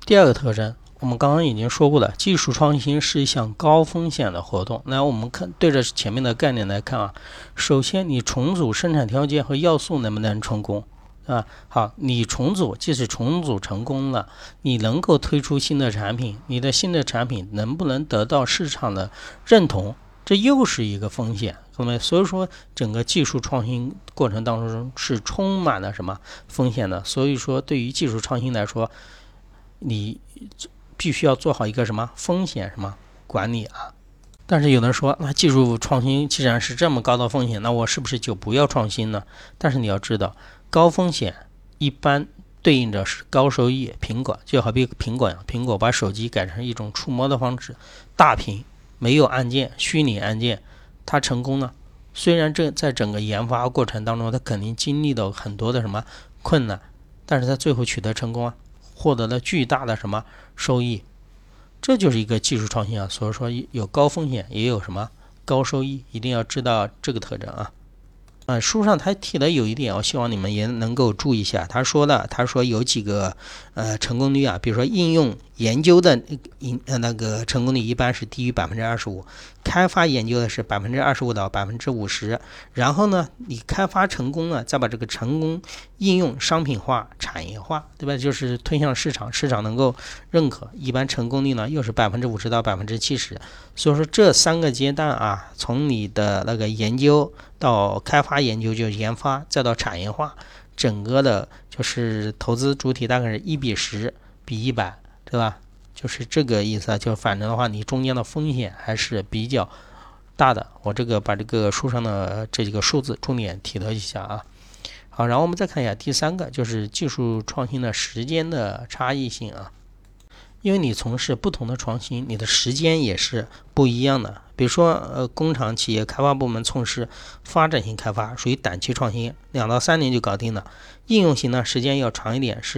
第二个特征，我们刚刚已经说过了，技术创新是一项高风险的活动。那我们看对着前面的概念来看啊，首先你重组生产条件和要素能不能成功？好，你即使重组成功了，你能够推出新的产品，你的新的产品能不能得到市场的认同？这又是一个风险。所以说整个技术创新过程当中是充满了什么风险的？所以说对于技术创新来说，你必须要做好一个什么风险管理啊。但是有人说，那技术创新既然是这么高的风险，那我是不是就不要创新呢？但是你要知道，高风险一般对应着是高收益。苹果就好比苹果一样，苹果把手机改成一种触摸的方式，大屏没有按键，虚拟按键，它成功了。虽然在整个研发过程当中，它肯定经历了很多的困难，但是它最后取得成功啊，获得了巨大的收益。这就是一个技术创新啊。所以说有高风险，也有高收益，一定要知道这个特征啊。书上他提的有一点，我希望你们也能够注意一下。他说有几个成功率啊，比如说应用研究的那个成功率一般是低于25%，开发研究的是25%到50%。然后呢，你开发成功了，再把这个成功应用商品化、产业化，对吧？就是推向市场，市场能够认可，一般成功率呢又是50%到70%。所以说这3个阶段啊，从你的那个研究到开发研究，就是研发，再到产业化，整个的就是投资主体大概是1:10比100，对吧？就是这个意思啊。就反正的话，你中间的风险还是比较大的。我把这个书上的这几个数字重点提了一下啊。好，然后我们再看一下第3个，就是技术创新的时间的差异性啊。因为你从事不同的创新，你的时间也是不一样的。比如说工厂企业开发部门从事发展性开发，属于短期创新，2到3年就搞定了。应用型呢，时间要长一点，是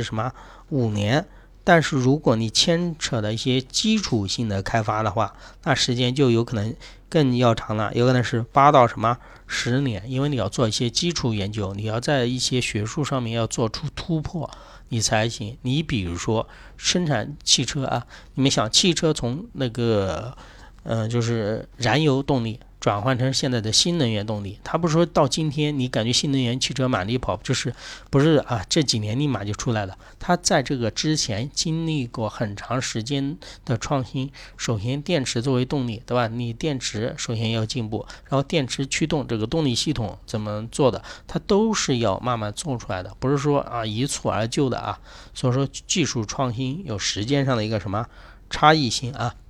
5年。但是如果你牵扯的一些基础性的开发的话，那时间就有可能更要长了，有可能是8到10年。因为你要做一些基础研究，你要在一些学术上面要做出突破，你才行。你比如说生产汽车啊，你们想汽车从那个就是燃油动力转换成现在的新能源动力，它不是说到今天你感觉新能源汽车满地跑，不是啊，这几年立马就出来了。它在这个之前经历过很长时间的创新。首先电池作为动力，对吧？你电池首先要进步，然后电池驱动这个动力系统怎么做的，它都是要慢慢做出来的，不是说一蹴而就的啊。所以说技术创新有时间上的一个差异性啊。